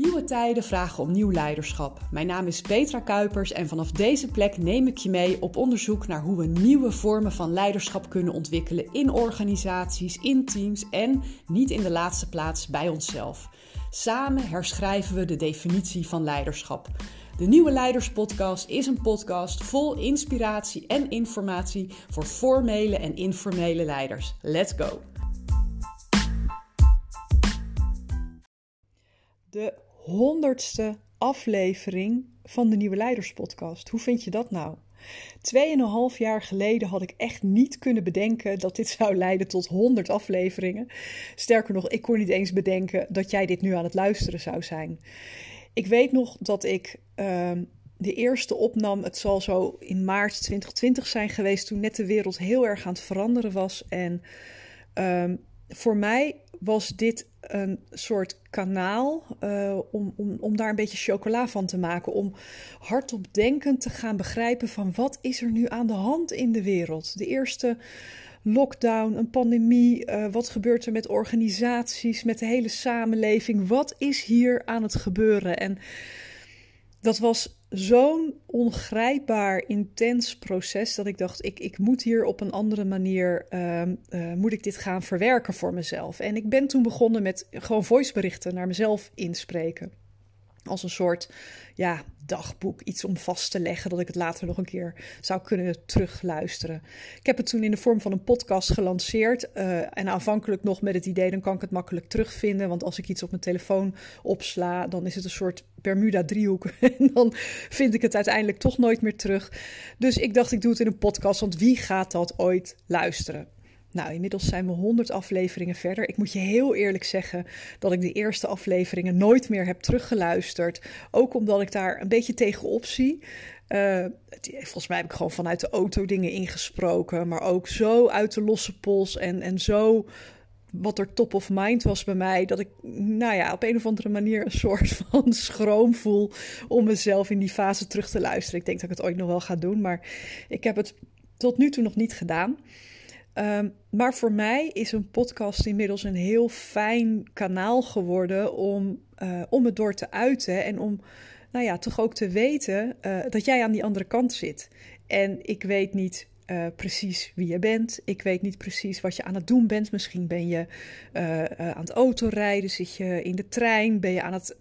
Nieuwe tijden vragen om nieuw leiderschap. Mijn naam is Petra Kuipers en vanaf deze plek neem ik je mee op onderzoek naar hoe we nieuwe vormen van leiderschap kunnen ontwikkelen in organisaties, in teams en, niet in de laatste plaats, bij onszelf. Samen herschrijven we de definitie van leiderschap. De Nieuwe Leiderspodcast is een podcast vol inspiratie en informatie voor formele en informele leiders. Let's go! De 100ste aflevering van de Nieuwe Leiderspodcast. Hoe vind je dat nou? 2,5 jaar geleden had ik echt niet kunnen bedenken dat dit zou leiden tot 100 afleveringen. Sterker nog, ik kon niet eens bedenken dat jij dit nu aan het luisteren zou zijn. Ik weet nog dat ik de eerste opnam. Het zal zo in maart 2020 zijn geweest, toen net de wereld heel erg aan het veranderen was. En voor mij was dit een soort kanaal om daar een beetje chocola van te maken. Om hardop denkend te gaan begrijpen van wat is er nu aan de hand in de wereld. De eerste lockdown, een pandemie, wat gebeurt er met organisaties, met de hele samenleving. Wat is hier aan het gebeuren? En dat was zo'n ongrijpbaar intens proces dat ik dacht, ik moet hier op een andere manier, moet ik dit gaan verwerken voor mezelf. En ik ben toen begonnen met gewoon voiceberichten naar mezelf inspreken. Als een soort dagboek, iets om vast te leggen, dat ik het later nog een keer zou kunnen terugluisteren. Ik heb het toen in de vorm van een podcast gelanceerd. En aanvankelijk nog met het idee, dan kan ik het makkelijk terugvinden. Want als ik iets op mijn telefoon opsla, dan is het een soort Bermuda-driehoek. En dan vind ik het uiteindelijk toch nooit meer terug. Dus ik dacht, ik doe het in een podcast, want wie gaat dat ooit luisteren? Nou, inmiddels zijn we 100 afleveringen verder. Ik moet je heel eerlijk zeggen dat ik de eerste afleveringen nooit meer heb teruggeluisterd. Ook omdat ik daar een beetje tegenop zie. Volgens mij heb ik gewoon vanuit de auto dingen ingesproken. Maar ook zo uit de losse pols en zo wat er top of mind was bij mij. Dat ik op een of andere manier een soort van schroom voel om mezelf in die fase terug te luisteren. Ik denk dat ik het ooit nog wel ga doen, maar ik heb het tot nu toe nog niet gedaan. Maar voor mij is een podcast inmiddels een heel fijn kanaal geworden om het door te uiten. En om toch ook te weten dat jij aan die andere kant zit. En ik weet niet precies wie je bent. Ik weet niet precies wat je aan het doen bent. Misschien ben je aan het autorijden, zit je in de trein, ben je aan het,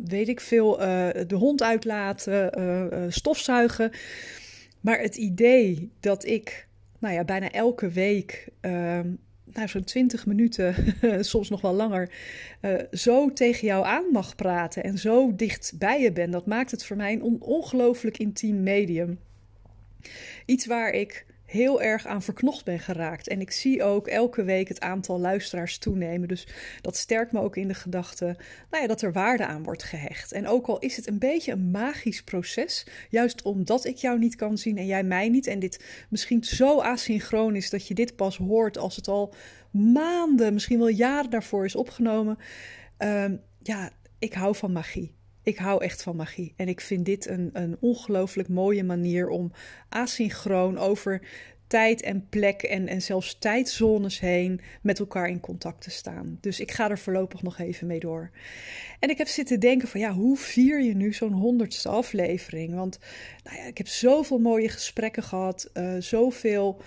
de hond uitlaten, stofzuigen. Maar het idee dat ik bijna elke week, zo'n 20 minuten, soms nog wel langer, zo tegen jou aan mag praten en zo dicht bij je ben, dat maakt het voor mij een ongelooflijk intiem medium. Iets waar ik heel erg aan verknocht ben geraakt. En ik zie ook elke week het aantal luisteraars toenemen. Dus dat sterkt me ook in de gedachte dat er waarde aan wordt gehecht. En ook al is het een beetje een magisch proces, juist omdat ik jou niet kan zien en jij mij niet, en dit misschien zo asynchroon is dat je dit pas hoort als het al maanden, misschien wel jaren daarvoor is opgenomen. Ik hou van magie. Ik hou echt van magie. En ik vind dit een ongelooflijk mooie manier om asynchroon over tijd en plek en zelfs tijdzones heen met elkaar in contact te staan. Dus ik ga er voorlopig nog even mee door. En ik heb zitten denken van hoe vier je nu zo'n 100ste aflevering? Want ik heb zoveel mooie gesprekken gehad. Zoveel,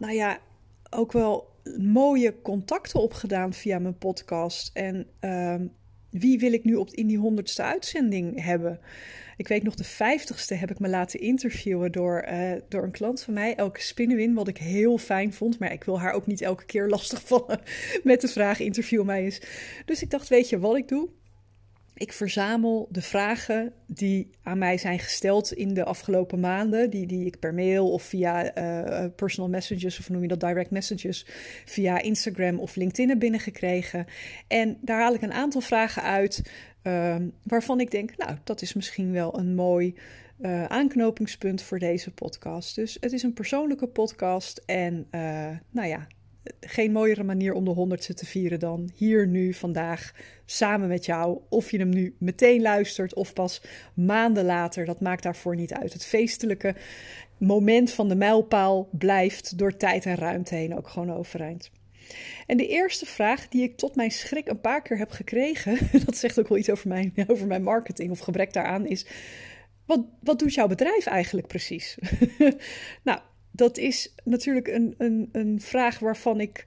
ook wel mooie contacten opgedaan via mijn podcast. En wie wil ik nu in die 100ste uitzending hebben? Ik weet nog, de 50ste heb ik me laten interviewen door een klant van mij, Elke Spinnewin, wat ik heel fijn vond. Maar ik wil haar ook niet elke keer lastigvallen met de vraag interview mij eens. Dus ik dacht, weet je wat ik doe? Ik verzamel de vragen die aan mij zijn gesteld in de afgelopen maanden, die ik per mail of via personal messages, of noem je dat, direct messages, via Instagram of LinkedIn heb binnengekregen. En daar haal ik een aantal vragen uit waarvan ik denk, dat is misschien wel een mooi aanknopingspunt voor deze podcast. Dus het is een persoonlijke podcast en geen mooiere manier om de 100ste te vieren dan hier nu vandaag samen met jou. Of je hem nu meteen luistert of pas maanden later, dat maakt daarvoor niet uit. Het feestelijke moment van de mijlpaal blijft door tijd en ruimte heen ook gewoon overeind. En de eerste vraag die ik tot mijn schrik een paar keer heb gekregen, dat zegt ook wel iets over mijn marketing of gebrek daaraan, is: wat doet jouw bedrijf eigenlijk precies? Nou, dat is natuurlijk een vraag waarvan ik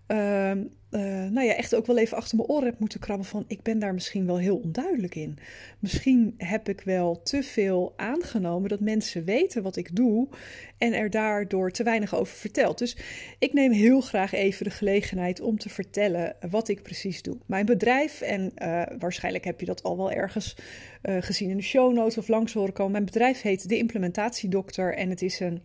echt ook wel even achter mijn oren heb moeten krabben van: ik ben daar misschien wel heel onduidelijk in. Misschien heb ik wel te veel aangenomen dat mensen weten wat ik doe en er daardoor te weinig over verteld. Dus ik neem heel graag even de gelegenheid om te vertellen wat ik precies doe. Mijn bedrijf, en waarschijnlijk heb je dat al wel ergens gezien in de show notes of langs horen komen. Mijn bedrijf heet De Implementatiedokter en het is een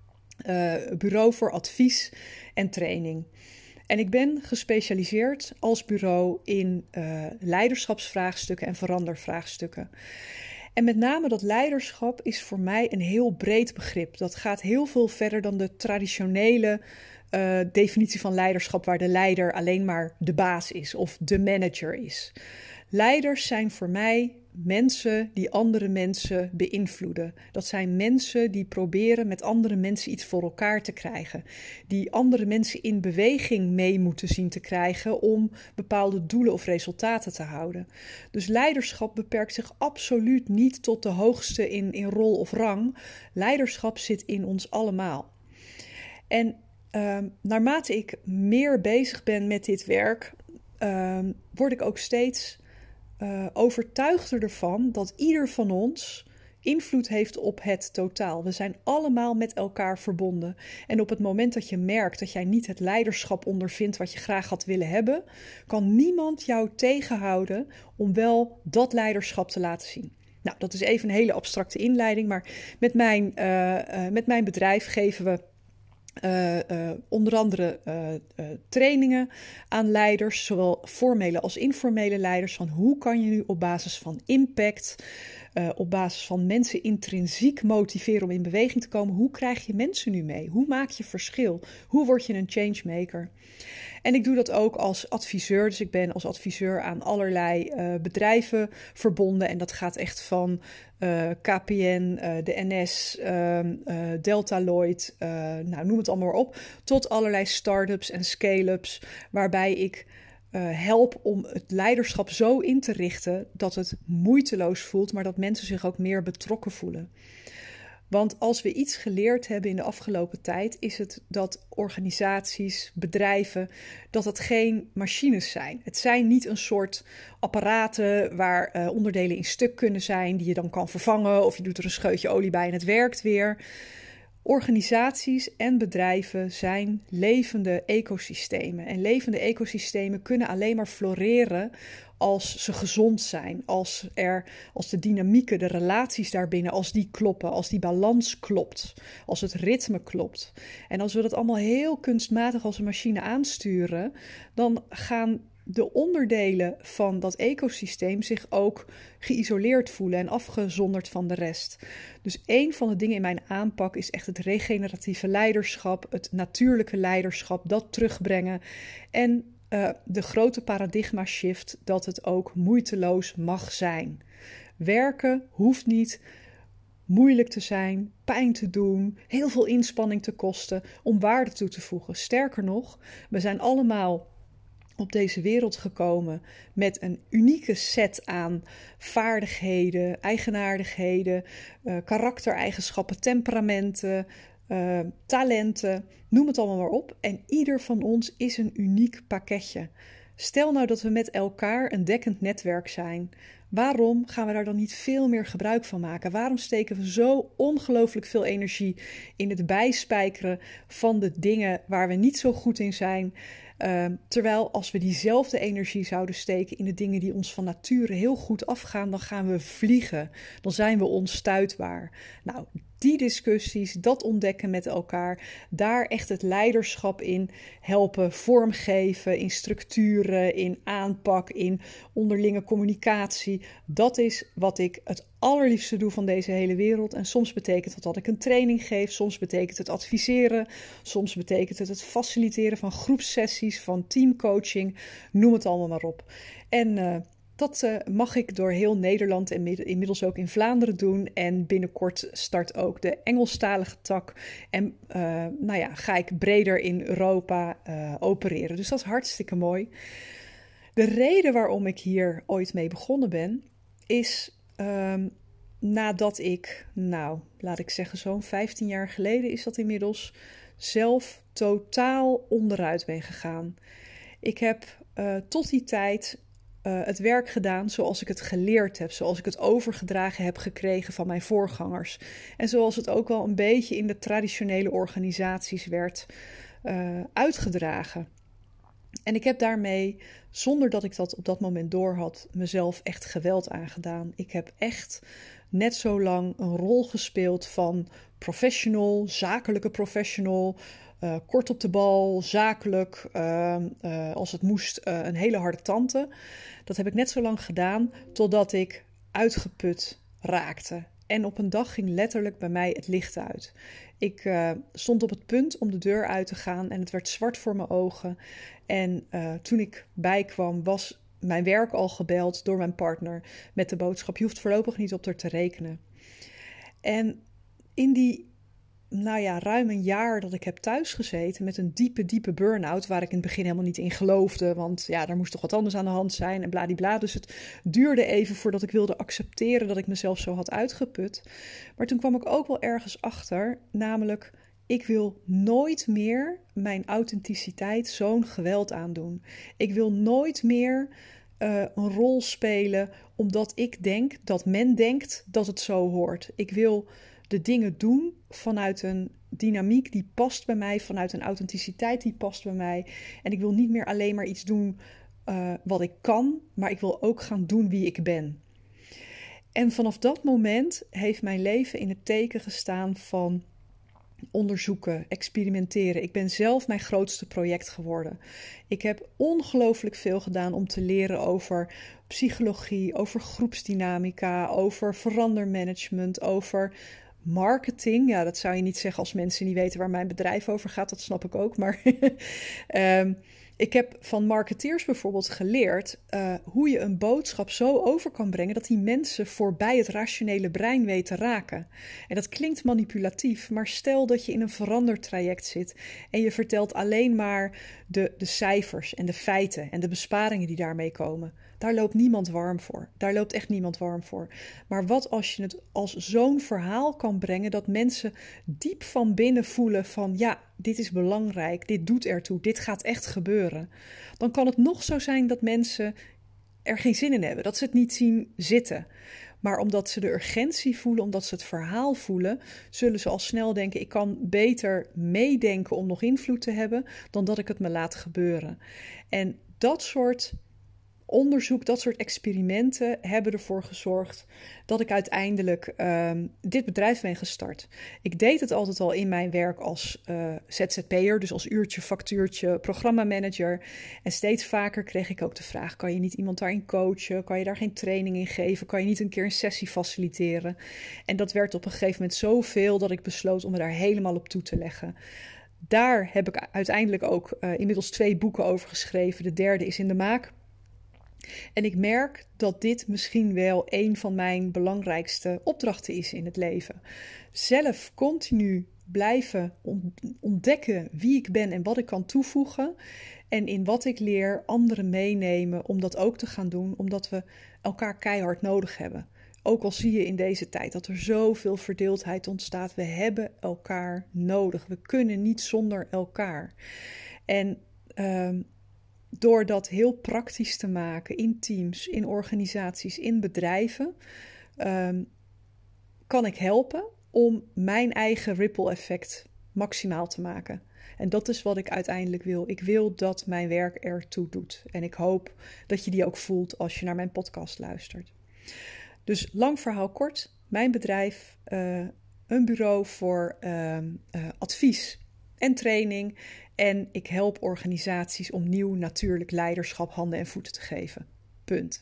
bureau voor advies en training. En ik ben gespecialiseerd als bureau in leiderschapsvraagstukken en verandervraagstukken. En met name dat leiderschap is voor mij een heel breed begrip. Dat gaat heel veel verder dan de traditionele definitie van leiderschap, waar de leider alleen maar de baas is of de manager is. Leiders zijn voor mij mensen die andere mensen beïnvloeden. Dat zijn mensen die proberen met andere mensen iets voor elkaar te krijgen. Die andere mensen in beweging mee moeten zien te krijgen om bepaalde doelen of resultaten te houden. Dus leiderschap beperkt zich absoluut niet tot de hoogste in rol of rang. Leiderschap zit in ons allemaal. En naarmate ik meer bezig ben met dit werk, word ik ook steeds overtuigd ervan dat ieder van ons invloed heeft op het totaal. We zijn allemaal met elkaar verbonden. En op het moment dat je merkt dat jij niet het leiderschap ondervindt wat je graag had willen hebben, kan niemand jou tegenhouden om wel dat leiderschap te laten zien. Nou, dat is even een hele abstracte inleiding, maar met mijn bedrijf geven we onder andere trainingen aan leiders, zowel formele als informele leiders, van hoe kan je nu op basis van impact, op basis van mensen intrinsiek motiveren om in beweging te komen, hoe krijg je mensen nu mee? Hoe maak je verschil? Hoe word je een changemaker? En ik doe dat ook als adviseur. Dus ik ben als adviseur aan allerlei bedrijven verbonden. En dat gaat echt van KPN, de NS, Delta Lloyd, noem het allemaal maar op, tot allerlei start-ups en scale-ups, waarbij ik help om het leiderschap zo in te richten dat het moeiteloos voelt, maar dat mensen zich ook meer betrokken voelen. Want als we iets geleerd hebben in de afgelopen tijd, is het dat organisaties, bedrijven, dat het geen machines zijn. Het zijn niet een soort apparaten waar onderdelen in stuk kunnen zijn, die je dan kan vervangen, of je doet er een scheutje olie bij en het werkt weer. Organisaties en bedrijven zijn levende ecosystemen. En levende ecosystemen kunnen alleen maar floreren als ze gezond zijn. Als de dynamieken, de relaties daarbinnen, als die kloppen. Als die balans klopt. Als het ritme klopt. En als we dat allemaal heel kunstmatig als een machine aansturen, dan gaan de onderdelen van dat ecosysteem zich ook geïsoleerd voelen en afgezonderd van de rest. Dus een van de dingen in mijn aanpak is echt het regeneratieve leiderschap, het natuurlijke leiderschap, dat terugbrengen en de grote paradigma shift dat het ook moeiteloos mag zijn. Werken hoeft niet moeilijk te zijn, pijn te doen, heel veel inspanning te kosten om waarde toe te voegen. Sterker nog, we zijn allemaal op deze wereld gekomen met een unieke set aan vaardigheden, eigenaardigheden, karaktereigenschappen, temperamenten, talenten, noem het allemaal maar op. En ieder van ons is een uniek pakketje. Stel nou dat we met elkaar een dekkend netwerk zijn. Waarom gaan we daar dan niet veel meer gebruik van maken? Waarom steken we zo ongelooflijk veel energie in het bijspijkeren van de dingen waar we niet zo goed in zijn? Terwijl als we diezelfde energie zouden steken in de dingen die ons van nature heel goed afgaan, dan gaan we vliegen. Dan zijn we onstuitbaar. Nou, die discussies, dat ontdekken met elkaar, daar echt het leiderschap in helpen vormgeven, in structuren, in aanpak, in onderlinge communicatie. Dat is wat ik het allerliefste doe van deze hele wereld. En soms betekent dat ik een training geef, soms betekent het adviseren, soms betekent het faciliteren van groepsessies, van teamcoaching, noem het allemaal maar op. En Dat mag ik door heel Nederland en inmiddels ook in Vlaanderen doen. En binnenkort start ook de Engelstalige tak. En ga ik breder in Europa opereren. Dus dat is hartstikke mooi. De reden waarom ik hier ooit mee begonnen ben, is nadat ik, laat ik zeggen zo'n 15 jaar geleden is dat inmiddels, zelf totaal onderuit ben gegaan. Ik heb tot die tijd het werk gedaan zoals ik het geleerd heb, zoals ik het overgedragen heb gekregen van mijn voorgangers. En zoals het ook wel een beetje in de traditionele organisaties werd uitgedragen. En ik heb daarmee, zonder dat ik dat op dat moment doorhad, mezelf echt geweld aangedaan. Ik heb echt net zo lang een rol gespeeld van professional, zakelijke professional, kort op de bal, zakelijk, als het moest, een hele harde tante. Dat heb ik net zo lang gedaan totdat ik uitgeput raakte. En op een dag ging letterlijk bij mij het licht uit. Ik stond op het punt om de deur uit te gaan en het werd zwart voor mijn ogen. En toen ik bijkwam was mijn werk al gebeld door mijn partner met de boodschap: je hoeft voorlopig niet op haar te rekenen. En in die ruim een jaar dat ik heb thuisgezeten met een diepe burn-out, waar ik in het begin helemaal niet in geloofde, want ja, er moest toch wat anders aan de hand zijn en bladibla. Dus het duurde even voordat ik wilde accepteren dat ik mezelf zo had uitgeput. Maar toen kwam ik ook wel ergens achter, namelijk, ik wil nooit meer mijn authenticiteit zo'n geweld aandoen. Ik wil nooit meer een rol spelen omdat ik denk dat men denkt dat het zo hoort. Ik wil de dingen doen vanuit een dynamiek die past bij mij, vanuit een authenticiteit die past bij mij. En ik wil niet meer alleen maar iets doen wat ik kan, maar ik wil ook gaan doen wie ik ben. En vanaf dat moment heeft mijn leven in het teken gestaan van onderzoeken, experimenteren. Ik ben zelf mijn grootste project geworden. Ik heb ongelooflijk veel gedaan om te leren over psychologie, over groepsdynamica, over verandermanagement, over marketing. Ja, dat zou je niet zeggen als mensen niet weten waar mijn bedrijf over gaat. Dat snap ik ook. Maar ik heb van marketeers bijvoorbeeld geleerd hoe je een boodschap zo over kan brengen dat die mensen voorbij het rationele brein weten te raken. En dat klinkt manipulatief, maar stel dat je in een verandertraject zit en je vertelt alleen maar de cijfers en de feiten en de besparingen die daarmee komen. Daar loopt niemand warm voor. Daar loopt echt niemand warm voor. Maar wat als je het als zo'n verhaal kan brengen dat mensen diep van binnen voelen van ja, dit is belangrijk, dit doet ertoe, dit gaat echt gebeuren. Dan kan het nog zo zijn dat mensen er geen zin in hebben, dat ze het niet zien zitten. Maar omdat ze de urgentie voelen, omdat ze het verhaal voelen, zullen ze al snel denken: ik kan beter meedenken om nog invloed te hebben dan dat ik het me laat gebeuren. En dat soort onderzoek, dat soort experimenten hebben ervoor gezorgd dat ik uiteindelijk dit bedrijf ben gestart. Ik deed het altijd al in mijn werk als ZZP'er, dus als uurtje, factuurtje, programmamanager. En steeds vaker kreeg ik ook de vraag: kan je niet iemand daarin coachen? Kan je daar geen training in geven? Kan je niet een keer een sessie faciliteren? En dat werd op een gegeven moment zoveel dat ik besloot om me daar helemaal op toe te leggen. Daar heb ik uiteindelijk ook inmiddels 2 boeken over geschreven. De derde is in de maak. En ik merk dat dit misschien wel een van mijn belangrijkste opdrachten is in het leven. Zelf continu blijven ontdekken wie ik ben en wat ik kan toevoegen. En in wat ik leer anderen meenemen om dat ook te gaan doen, omdat we elkaar keihard nodig hebben. Ook al zie je in deze tijd dat er zoveel verdeeldheid ontstaat. We hebben elkaar nodig. We kunnen niet zonder elkaar. En door dat heel praktisch te maken in teams, in organisaties, in bedrijven, kan ik helpen om mijn eigen ripple effect maximaal te maken. En dat is wat ik uiteindelijk wil. Ik wil dat mijn werk ertoe doet. En ik hoop dat je die ook voelt als je naar mijn podcast luistert. Dus lang verhaal kort. Mijn bedrijf, een bureau voor advies en training. En ik help organisaties om nieuw natuurlijk leiderschap handen en voeten te geven. Punt.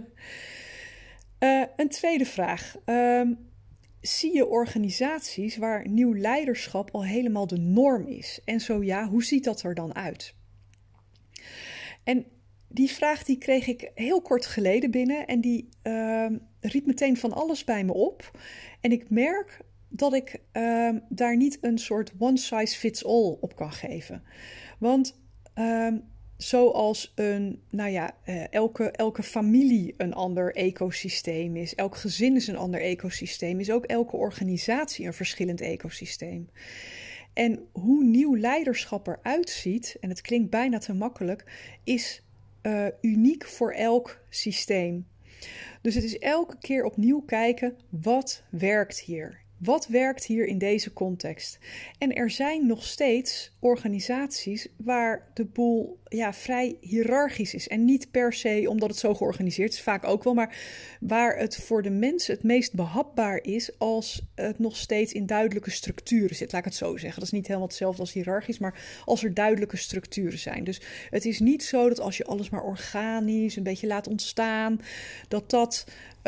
Een tweede vraag. Zie je organisaties waar nieuw leiderschap al helemaal de norm is? En zo ja, hoe ziet dat er dan uit? En die vraag die kreeg ik heel kort geleden binnen en die riep meteen van alles bij me op. En ik merk dat ik daar niet een soort one size fits all op kan geven. Want zoals elke familie een ander ecosysteem is, elk gezin is een ander ecosysteem, is ook elke organisatie een verschillend ecosysteem. En hoe nieuw leiderschap eruit ziet, en het klinkt bijna te makkelijk, is uniek voor elk systeem. Dus het is elke keer opnieuw kijken, wat werkt hier? Wat werkt hier in deze context? En er zijn nog steeds organisaties waar de boel vrij hiërarchisch is. En niet per se omdat het zo georganiseerd is, vaak ook wel, maar waar het voor de mensen het meest behapbaar is als het nog steeds in duidelijke structuren zit. Laat ik het zo zeggen. Dat is niet helemaal hetzelfde als hiërarchisch, maar als er duidelijke structuren zijn. Dus het is niet zo dat als je alles maar organisch een beetje laat ontstaan, dat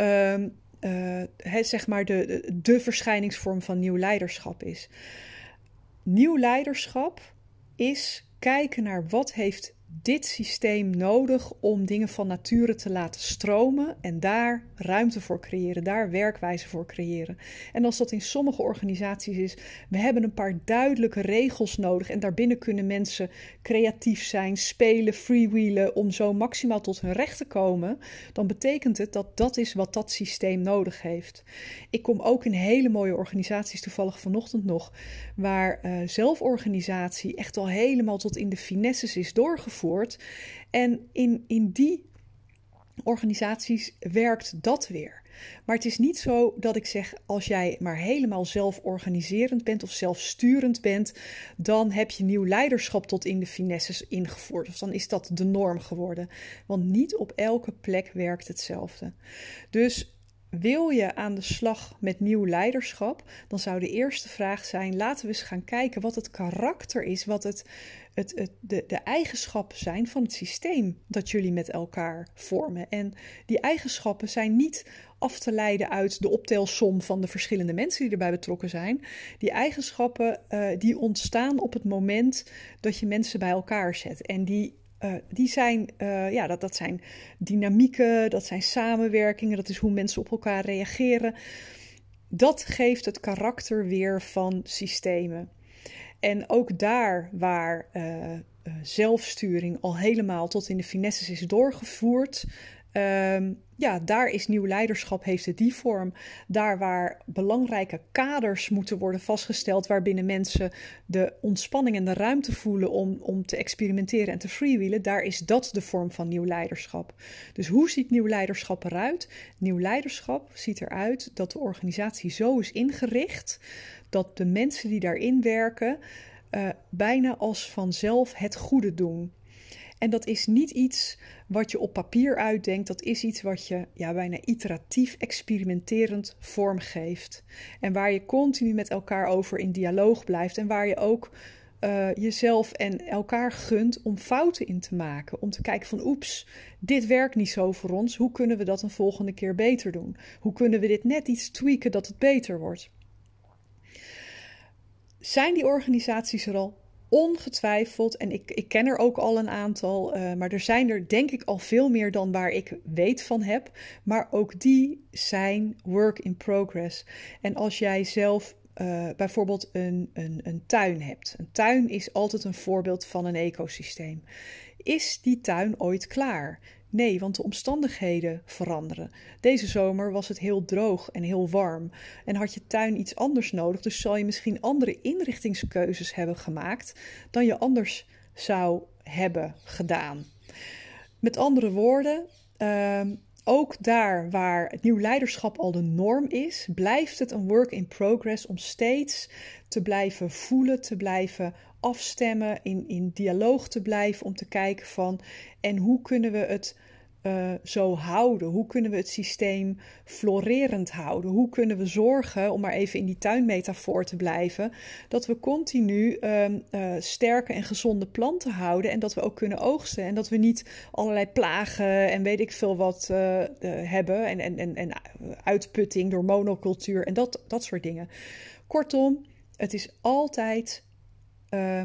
zeg maar de verschijningsvorm van nieuw leiderschap is. Nieuw leiderschap is kijken naar wat heeft dit systeem nodig om dingen van nature te laten stromen en daar ruimte voor creëren, daar werkwijze voor creëren. En als dat in sommige organisaties is, we hebben een paar duidelijke regels nodig en daarbinnen kunnen mensen creatief zijn, spelen, freewheelen om zo maximaal tot hun recht te komen, dan betekent het dat dat is wat dat systeem nodig heeft. Ik kom ook in hele mooie organisaties, toevallig vanochtend nog, waar zelforganisatie echt al helemaal tot in de finesses is doorgevoerd. En in die organisaties werkt dat weer. Maar het is niet zo dat ik zeg, als jij maar helemaal zelforganiserend bent of zelfsturend bent, dan heb je nieuw leiderschap tot in de finesses ingevoerd. Of dan is dat de norm geworden. Want niet op elke plek werkt hetzelfde. Dus wil je aan de slag met nieuw leiderschap, dan zou de eerste vraag zijn, laten we eens gaan kijken wat het karakter is, wat de eigenschappen zijn van het systeem dat jullie met elkaar vormen. En die eigenschappen zijn niet af te leiden uit de optelsom van de verschillende mensen die erbij betrokken zijn. Die eigenschappen die ontstaan op het moment dat je mensen bij elkaar zet. En die zijn, dat zijn dynamieken, dat zijn samenwerkingen, dat is hoe mensen op elkaar reageren. Dat geeft het karakter weer van systemen. En ook daar waar zelfsturing al helemaal tot in de finesses is doorgevoerd, daar is nieuw leiderschap, heeft het die vorm. Daar waar belangrijke kaders moeten worden vastgesteld, waarbinnen mensen de ontspanning en de ruimte voelen om te experimenteren en te freewheelen, daar is dat de vorm van nieuw leiderschap. Dus hoe ziet nieuw leiderschap eruit? Nieuw leiderschap ziet eruit dat de organisatie zo is ingericht dat de mensen die daarin werken bijna als vanzelf het goede doen. En dat is niet iets wat je op papier uitdenkt. Dat is iets wat je bijna iteratief, experimenterend vormgeeft. En waar je continu met elkaar over in dialoog blijft. En waar je ook jezelf en elkaar gunt om fouten in te maken. Om te kijken van oeps, dit werkt niet zo voor ons. Hoe kunnen we dat een volgende keer beter doen? Hoe kunnen we dit net iets tweaken dat het beter wordt? Zijn die organisaties er al? Ongetwijfeld, en ik ken er ook al een aantal, maar er zijn er denk ik al veel meer dan waar ik weet van heb. Maar ook die zijn work in progress. En als jij zelf bijvoorbeeld een tuin hebt. Een tuin is altijd een voorbeeld van een ecosysteem. Is die tuin ooit klaar? Nee, want de omstandigheden veranderen. Deze zomer was het heel droog en heel warm en had je tuin iets anders nodig, dus zal je misschien andere inrichtingskeuzes hebben gemaakt dan je anders zou hebben gedaan. Met andere woorden, ook daar waar het nieuw leiderschap al de norm is, blijft het een work in progress om steeds te blijven voelen, te blijven afstemmen, in dialoog te blijven om te kijken van en hoe kunnen we het zo houden? Hoe kunnen we het systeem florerend houden? Hoe kunnen we zorgen, om maar even in die tuinmetafoor te blijven, dat we continu sterke en gezonde planten houden en dat we ook kunnen oogsten en dat we niet allerlei plagen en weet ik veel wat hebben en uitputting door monocultuur en dat soort dingen. Kortom, het is altijd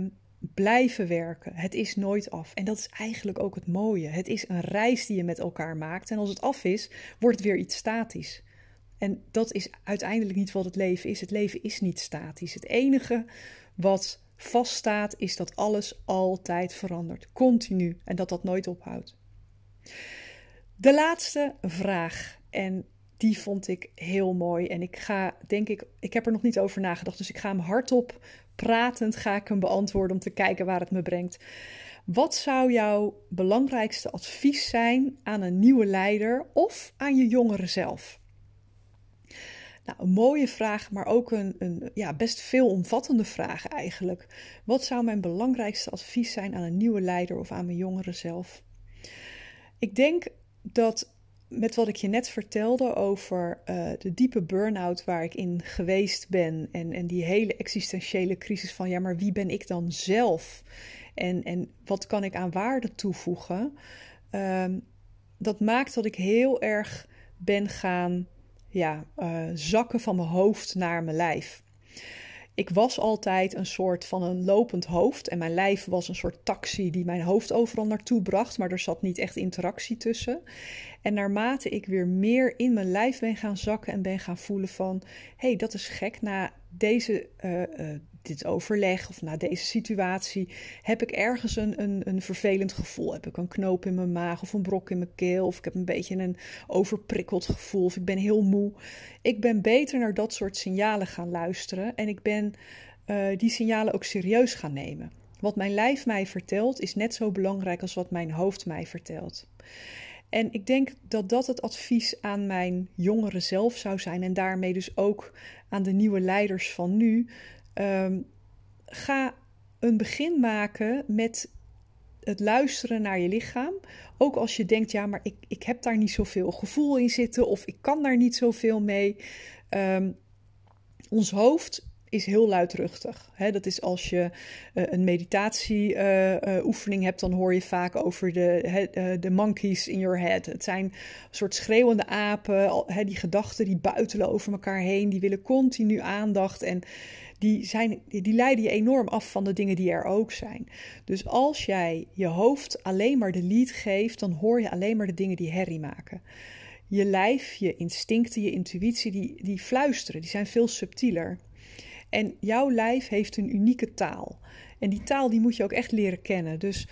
blijven werken. Het is nooit af. En dat is eigenlijk ook het mooie. Het is een reis die je met elkaar maakt. En als het af is, wordt het weer iets statisch. En dat is uiteindelijk niet wat het leven is. Het leven is niet statisch. Het enige wat vaststaat is dat alles altijd verandert. Continu. En dat dat nooit ophoudt. De laatste vraag. En die vond ik heel mooi. En ik heb er nog niet over nagedacht. Dus ik ga hem hardop pratend ga ik hem beantwoorden om te kijken waar het me brengt. Wat zou jouw belangrijkste advies zijn aan een nieuwe leider of aan je jongere zelf? Nou, een mooie vraag, maar ook een best veelomvattende vraag eigenlijk. Wat zou mijn belangrijkste advies zijn aan een nieuwe leider of aan mijn jongere zelf? Ik denk dat met wat ik je net vertelde over de diepe burn-out waar ik in geweest ben en die hele existentiële crisis van ja, maar wie ben ik dan zelf? En wat kan ik aan waarde toevoegen? Dat maakt dat ik heel erg ben gaan zakken van mijn hoofd naar mijn lijf. Ik was altijd een soort van een lopend hoofd en mijn lijf was een soort taxi die mijn hoofd overal naartoe bracht, maar er zat niet echt interactie tussen. En naarmate ik weer meer in mijn lijf ben gaan zakken en ben gaan voelen van, hé, dat is gek, na dit overleg of na deze situatie heb ik ergens een vervelend gevoel. Heb ik een knoop in mijn maag of een brok in mijn keel of ik heb een beetje een overprikkeld gevoel of ik ben heel moe. Ik ben beter naar dat soort signalen gaan luisteren en ik ben die signalen ook serieus gaan nemen. Wat mijn lijf mij vertelt is net zo belangrijk als wat mijn hoofd mij vertelt. En ik denk dat dat het advies aan mijn jongere zelf zou zijn en daarmee dus ook aan de nieuwe leiders van nu. Ga een begin maken met het luisteren naar je lichaam. Ook als je denkt, ja, maar ik heb daar niet zoveel gevoel in zitten of ik kan daar niet zoveel mee. Ons hoofd is heel luidruchtig. Dat is als je een meditatieoefening hebt, dan hoor je vaak over de monkeys in your head. Het zijn een soort schreeuwende apen, die gedachten die buitelen over elkaar heen, die willen continu aandacht en die leiden je enorm af van de dingen die er ook zijn. Dus als jij je hoofd alleen maar de lead geeft, dan hoor je alleen maar de dingen die herrie maken. Je lijf, je instincten, je intuïtie, die fluisteren, die zijn veel subtieler. En jouw lijf heeft een unieke taal. En die taal die moet je ook echt leren kennen. Dus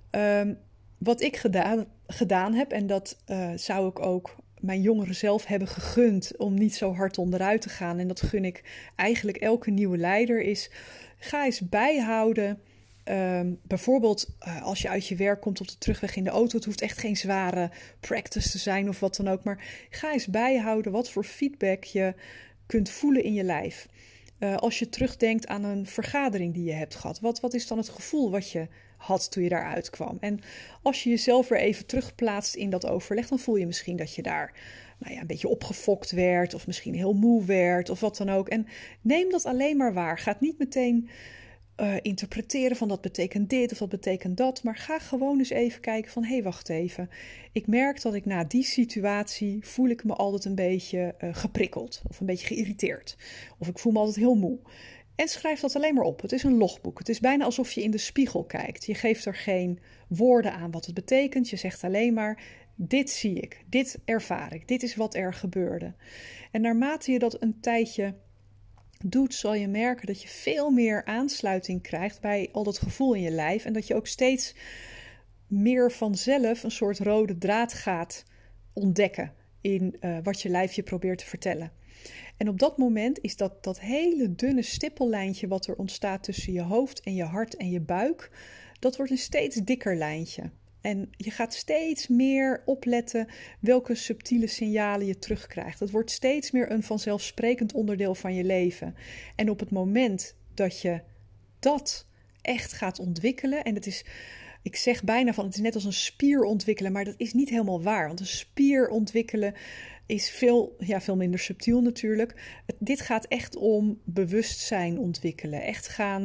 wat ik gedaan heb, en dat zou ik ook mijn jongeren zelf hebben gegund om niet zo hard onderuit te gaan. En dat gun ik eigenlijk elke nieuwe leider is, ga eens bijhouden. Bijvoorbeeld als je uit je werk komt op de terugweg in de auto. Het hoeft echt geen zware practice te zijn of wat dan ook. Maar ga eens bijhouden wat voor feedback je kunt voelen in je lijf. Als je terugdenkt aan een vergadering die je hebt gehad. Wat is dan het gevoel wat je had toen je daaruit kwam? En als je jezelf weer even terugplaatst in dat overleg, dan voel je misschien dat je daar een beetje opgefokt werd of misschien heel moe werd of wat dan ook. En neem dat alleen maar waar. Ga het niet meteen interpreteren van dat betekent dit of dat betekent dat. Maar ga gewoon eens even kijken van hé, wacht even. Ik merk dat ik na die situatie voel ik me altijd een beetje geprikkeld of een beetje geïrriteerd. Of ik voel me altijd heel moe. En schrijf dat alleen maar op. Het is een logboek. Het is bijna alsof je in de spiegel kijkt. Je geeft er geen woorden aan wat het betekent. Je zegt alleen maar, dit zie ik, dit ervaar ik, dit is wat er gebeurde. En naarmate je dat een tijdje doet, zal je merken dat je veel meer aansluiting krijgt bij al dat gevoel in je lijf. En dat je ook steeds meer vanzelf een soort rode draad gaat ontdekken in wat je lijf je probeert te vertellen. En op dat moment is dat hele dunne stippellijntje wat er ontstaat tussen je hoofd en je hart en je buik, dat wordt een steeds dikker lijntje. En je gaat steeds meer opletten welke subtiele signalen je terugkrijgt. Het wordt steeds meer een vanzelfsprekend onderdeel van je leven. En op het moment dat je dat echt gaat ontwikkelen, en het is, ik zeg bijna van het is net als een spier ontwikkelen, maar dat is niet helemaal waar. Want een spier ontwikkelen is veel minder subtiel natuurlijk. Dit gaat echt om bewustzijn ontwikkelen. Echt gaan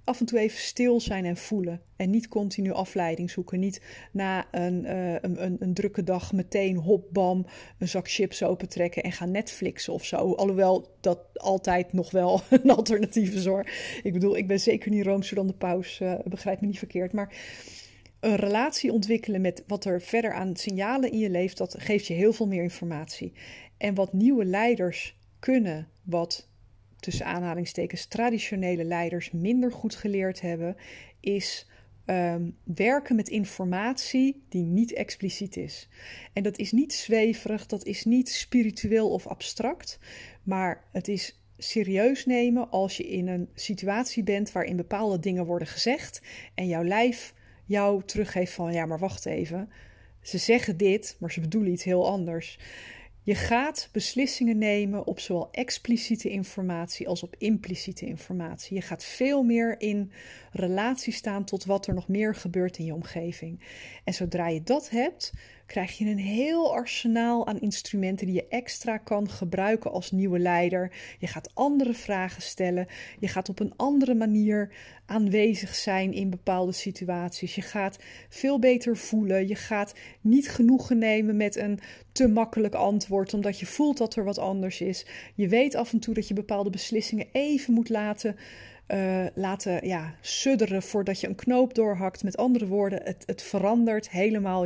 af en toe even stil zijn en voelen. En niet continu afleiding zoeken. Niet na een drukke dag meteen hop bam een zak chips opentrekken en gaan Netflixen of zo. Alhoewel dat altijd nog wel een alternatief is hoor. Ik bedoel, ik ben zeker niet roomser dan de paus. Begrijp me niet verkeerd. Maar een relatie ontwikkelen met wat er verder aan signalen in je leeft, dat geeft je heel veel meer informatie. En wat nieuwe leiders kunnen, wat tussen aanhalingstekens traditionele leiders minder goed geleerd hebben, is werken met informatie die niet expliciet is. En dat is niet zweverig, dat is niet spiritueel of abstract, maar het is serieus nemen als je in een situatie bent waarin bepaalde dingen worden gezegd en jouw lijf jou teruggeeft van ja, maar wacht even. Ze zeggen dit, maar ze bedoelen iets heel anders. Je gaat beslissingen nemen op zowel expliciete informatie als op impliciete informatie. Je gaat veel meer in relatie staan tot wat er nog meer gebeurt in je omgeving. En zodra je dat hebt, krijg je een heel arsenaal aan instrumenten die je extra kan gebruiken als nieuwe leider. Je gaat andere vragen stellen. Je gaat op een andere manier aanwezig zijn in bepaalde situaties. Je gaat veel beter voelen. Je gaat niet genoegen nemen met een te makkelijk antwoord, omdat je voelt dat er wat anders is. Je weet af en toe dat je bepaalde beslissingen even moet laten sudderen voordat je een knoop doorhakt. Met andere woorden, het verandert helemaal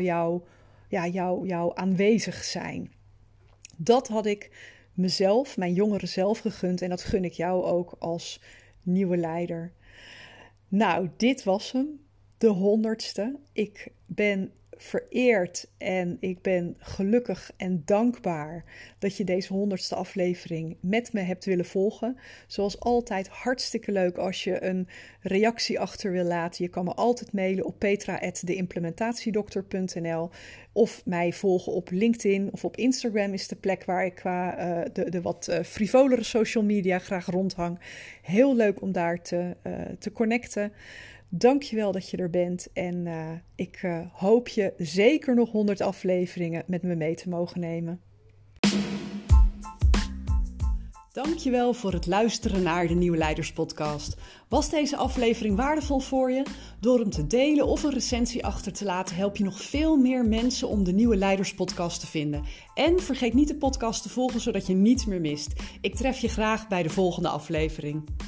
jouw aanwezig zijn. Dat had ik mezelf, mijn jongere zelf gegund en dat gun ik jou ook als nieuwe leider. Nou, dit was hem, de 100ste. Ik ben vereerd en ik ben gelukkig en dankbaar dat je deze 100ste aflevering met me hebt willen volgen. Zoals altijd hartstikke leuk als je een reactie achter wil laten. Je kan me altijd mailen op petra@deimplementatiedokter.nl of mij volgen op LinkedIn of op Instagram is de plek waar ik qua de wat frivolere social media graag rondhang. Heel leuk om daar te connecten. Dank je wel dat je er bent en ik hoop je zeker nog 100 afleveringen met me mee te mogen nemen. Dank je wel voor het luisteren naar de Nieuwe Leiders Podcast. Was deze aflevering waardevol voor je? Door hem te delen of een recensie achter te laten help je nog veel meer mensen om de Nieuwe Leiders Podcast te vinden. En vergeet niet de podcast te volgen zodat je niets meer mist. Ik tref je graag bij de volgende aflevering.